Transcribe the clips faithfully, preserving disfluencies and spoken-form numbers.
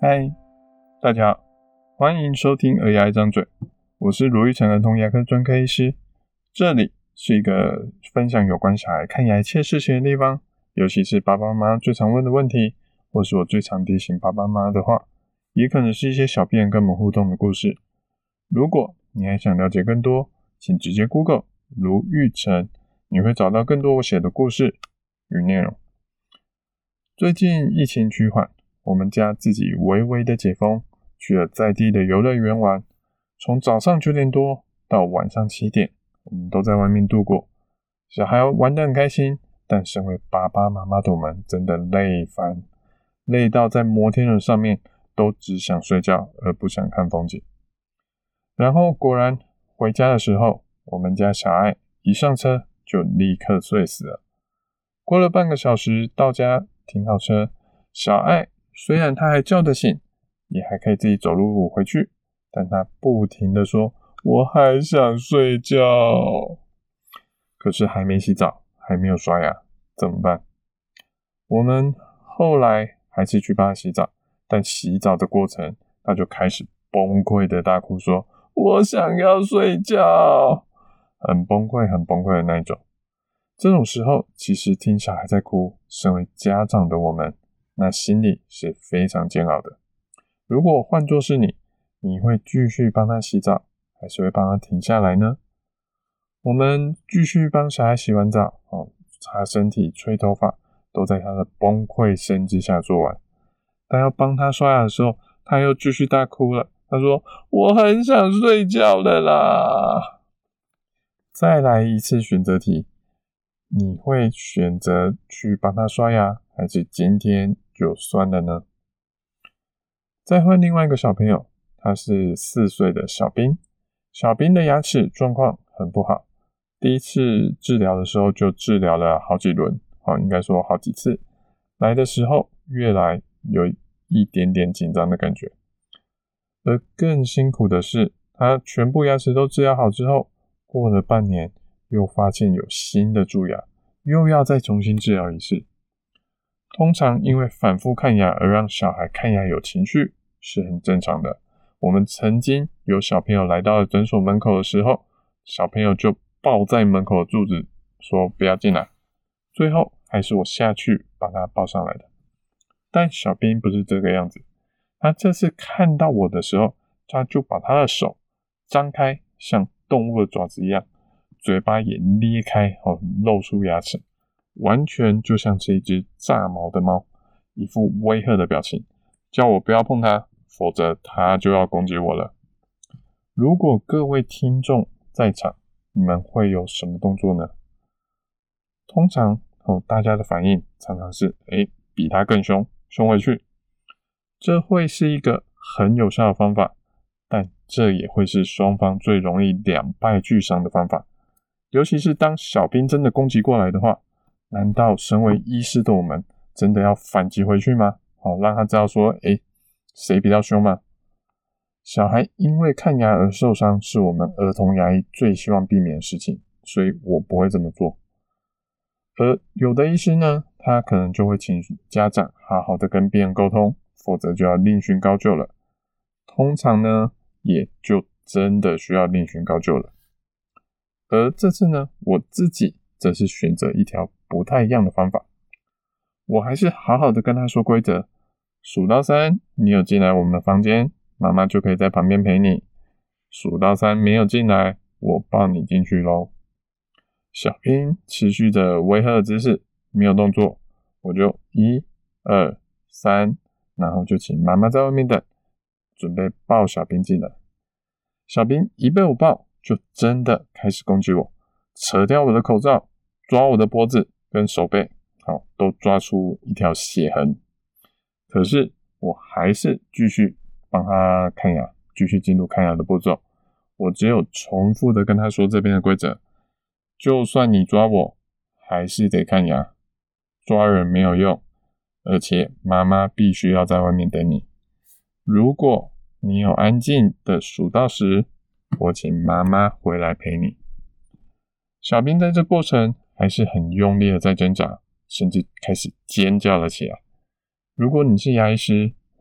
嗨，大家好，欢迎收听儿牙一张嘴，我是罗玉成儿童牙科专科医师。这里是一个分享有关小孩看牙一切事情的地方，尤其是爸爸妈妈最常问的问题，或是我最常提醒爸爸妈妈的话，也可能是一些小病人跟我们互动的故事。如果你还想了解更多，请直接 Google 卢玉成，你会找到更多我写的故事与内容。最近疫情趋缓，我们家自己微微的解封，去了在地的游乐园玩，从早上九点多到晚上七点，我们都在外面度过。小孩玩得很开心，但身为爸爸妈妈的我们真的累翻，累到在摩天轮上面都只想睡觉，而不想看风景。然后果然回家的时候，我们家小爱一上车就立刻睡死了。过了半个小时到家，停好车，小爱虽然他还叫得醒，也还可以自己走路回去，但他不停地说我还想睡觉。可是还没洗澡，还没有刷牙，怎么办？我们后来还是去帮他洗澡，但洗澡的过程他就开始崩溃的大哭，说我想要睡觉，很崩溃很崩溃的那一种。这种时候其实听小孩在哭，身为家长的我们那心里是非常煎熬的。如果换作是你，你会继续帮他洗澡，还是会帮他停下来呢？我们继续帮小孩洗完澡，哦，擦身体、吹头发，都在他的崩溃声之下做完。但要帮他刷牙的时候，他又继续大哭了。他说我很想睡觉了啦。再来一次选择题，你会选择去帮他刷牙，还是今天就算了呢？再换另外一个小朋友，他是四岁的小兵。小兵的牙齿状况很不好，第一次治疗的时候就治疗了好几轮，哦，应该说好几次。来的时候越来有一点点紧张的感觉。而更辛苦的是，他全部牙齿都治疗好之后，过了半年又发现有新的蛀牙，又要再重新治疗一次。通常因为反复看牙而让小孩看牙有情绪是很正常的。我们曾经有小朋友来到了诊所门口的时候，小朋友就抱在门口的柱子说不要进来，最后还是我下去把他抱上来的。但小兵不是这个样子，他这次看到我的时候，他就把他的手张开，像动物的爪子一样，嘴巴也裂开，哦，露出牙齿，完全就像是一只炸毛的猫，一副威吓的表情，叫我不要碰它，否则它就要攻击我了。如果各位听众在场，你们会有什么动作呢？通常，哦，大家的反应常常是诶比他更凶，凶回去。这会是一个很有效的方法，但这也会是双方最容易两败俱伤的方法。尤其是当小兵真的攻击过来的话，难道身为医师的我们真的要反击回去吗？好，让他知道说诶谁比较凶吗？小孩因为看牙而受伤是我们儿童牙医最希望避免的事情，所以我不会这么做。而有的医师呢，他可能就会请家长好好的跟病人沟通，否则就要另寻高就了。通常呢，也就真的需要另寻高就了。而这次呢，我自己则是选择一条不太一样的方法。我还是好好的跟他说规则，数到三，你有进来我们的房间，妈妈就可以在旁边陪你。数到三没有进来，我抱你进去咯。小兵持续着威吓的姿势，没有动作，我就一、二、三，然后就请妈妈在外面等，准备抱小兵进来。小兵一被我抱，就真的开始攻击我，扯掉我的口罩，抓我的脖子跟手背，好，都抓出一条血痕。可是我还是继续帮他看牙，继续进入看牙的步骤。我只有重复的跟他说这边的规则，就算你抓我，还是得看牙，抓人没有用，而且妈妈必须要在外面等你。如果你有安静的数到十，我请妈妈回来陪你。小兵在这过程还是很用力的在挣扎，甚至开始尖叫了起来。如果你是牙医师，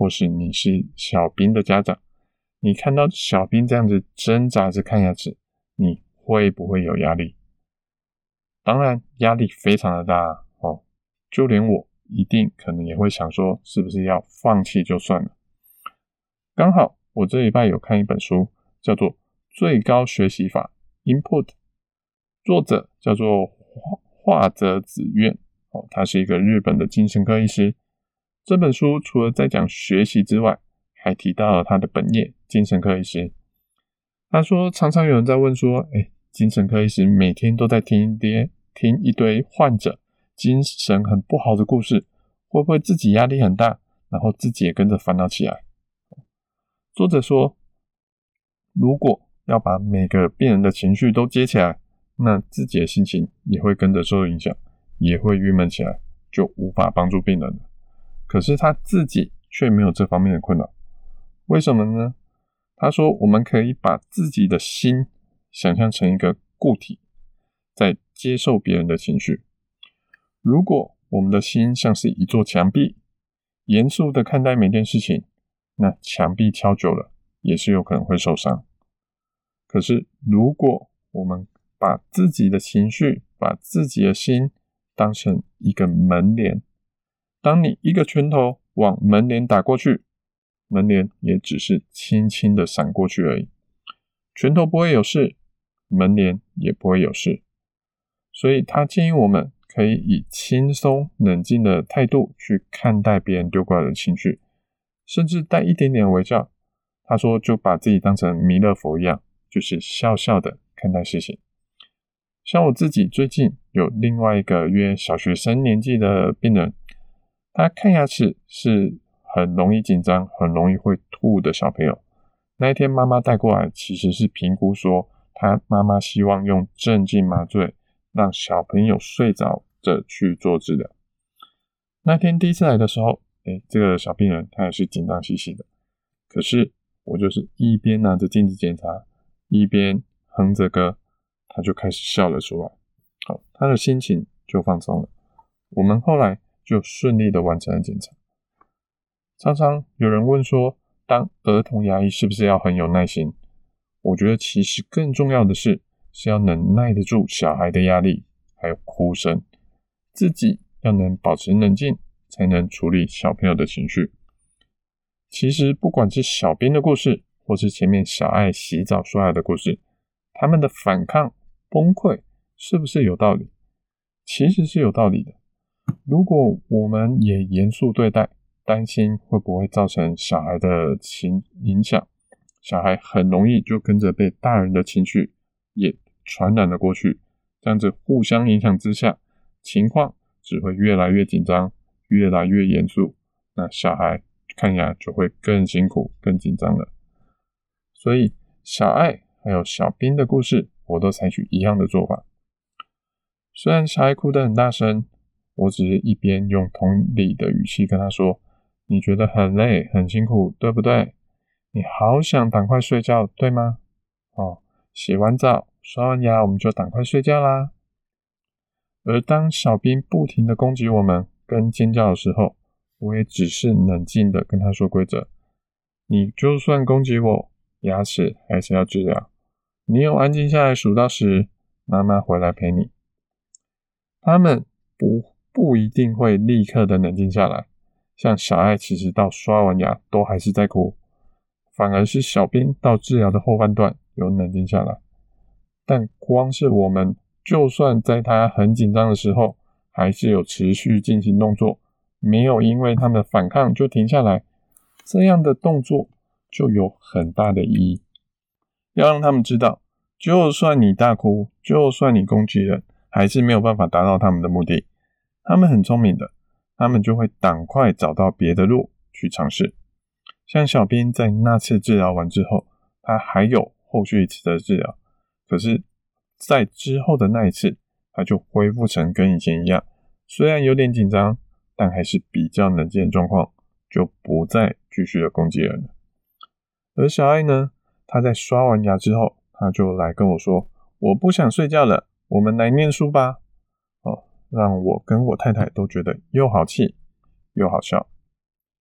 或是你是小兵的家长，你看到小兵这样子挣扎着看牙齿，你会不会有压力？当然压力非常的大哦，就连我一定可能也会想说，是不是要放弃就算了。刚好我这礼拜有看一本书，叫做《最高学习法》 Input， 作者叫做画泽紫苑，哦，他是一个日本的精神科医师。这本书除了在讲学习之外，还提到了他的本业精神科医师。他说常常有人在问说，诶，精神科医师每天都在听一堆听一堆患者精神很不好的故事，会不会自己压力很大，然后自己也跟着烦恼起来？作者说，如果要把每个病人的情绪都接起来，那自己的心情也会跟着受影响，也会郁闷起来，就无法帮助病人了。可是他自己却没有这方面的困扰，为什么呢？他说我们可以把自己的心想象成一个固体，在接受别人的情绪。如果我们的心像是一座墙壁，严肃的看待每件事情，那墙壁敲久了也是有可能会受伤。可是如果我们把自己的情绪，把自己的心当成一个门帘，当你一个拳头往门帘打过去，门帘也只是轻轻的闪过去而已，拳头不会有事，门帘也不会有事。所以他建议我们可以以轻松冷静的态度去看待别人丢过来的情绪，甚至带一点点微笑。他说就把自己当成弥勒佛一样，就是笑笑的看待事情。像我自己最近有另外一个约小学生年纪的病人，他看牙齿是很容易紧张，很容易会吐的小朋友。那一天妈妈带过来，其实是评估说他妈妈希望用镇静麻醉让小朋友睡着着去做治疗。那天第一次来的时候，诶，这个小病人他也是紧张兮兮的，可是我就是一边拿着镜子检查，一边哼着歌，他就开始笑了出来。好，他的心情就放松了。我们后来就顺利的完成了检查。常常有人问说，当儿童牙医是不是要很有耐心？我觉得其实更重要的是，是要能耐得住小孩的压力，还有哭声，自己要能保持冷静，才能处理小朋友的情绪。其实不管是小兵的故事，或是前面小爱洗澡刷牙的故事，他们的反抗、崩溃是不是有道理？其实是有道理的。如果我们也严肃对待，担心会不会造成小孩的情影响，小孩很容易就跟着被大人的情绪也传染了过去，这样子互相影响之下，情况只会越来越紧张，越来越严肃，那小孩看牙就会更辛苦更紧张了。所以小爱还有小兵的故事，我都采取一样的做法。虽然小爱哭得很大声，我只是一边用同理的语气跟他说，你觉得很累很辛苦对不对？你好想赶快睡觉对吗？哦，洗完澡刷完牙我们就赶快睡觉啦。而当小兵不停的攻击我们跟尖叫的时候，我也只是冷静的跟他说规则，你就算攻击我，牙齿还是要治疗，你有安静下来数到十，妈妈回来陪你。他们不不一定会立刻的冷静下来，像小爱其实到刷完牙都还是在哭，反而是小兵到治疗的后半段有冷静下来。但光是我们就算在他很紧张的时候，还是有持续进行动作，没有因为他们的反抗就停下来，这样的动作就有很大的意义。要让他们知道，就算你大哭，就算你攻击人，还是没有办法达到他们的目的。他们很聪明的，他们就会赶快找到别的路去尝试。像小兵在那次治疗完之后，他还有后续一次的治疗，可是在之后的那一次，他就恢复成跟以前一样，虽然有点紧张，但还是比较冷静的状况，就不再继续的攻击人了。而小爱呢，他在刷完牙之后，他就来跟我说，我不想睡觉了，我们来念书吧。哦，让我跟我太太都觉得又好气又好笑。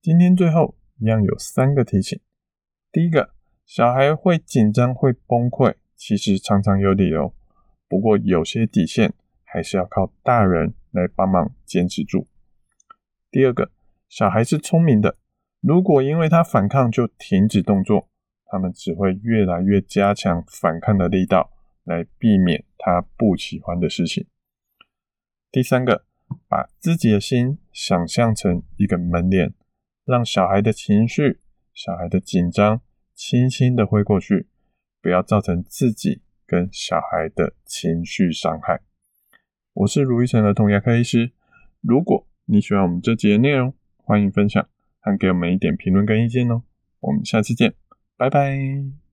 今天最后一样有三个提醒。第一个，小孩会紧张会崩溃，其实常常有理由，不过有些底线还是要靠大人来帮忙坚持住。第二个，小孩是聪明的，如果因为他反抗就停止动作，他们只会越来越加强反抗的力道，来避免他不喜欢的事情。第三个，把自己的心想象成一个门帘，让小孩的情绪、小孩的紧张轻轻的挥过去，不要造成自己跟小孩的情绪伤害。我是卢玉成儿童牙科医师，如果你喜欢我们这集的内容，欢迎分享和给我们一点评论跟意见哦。我们下次见，拜拜。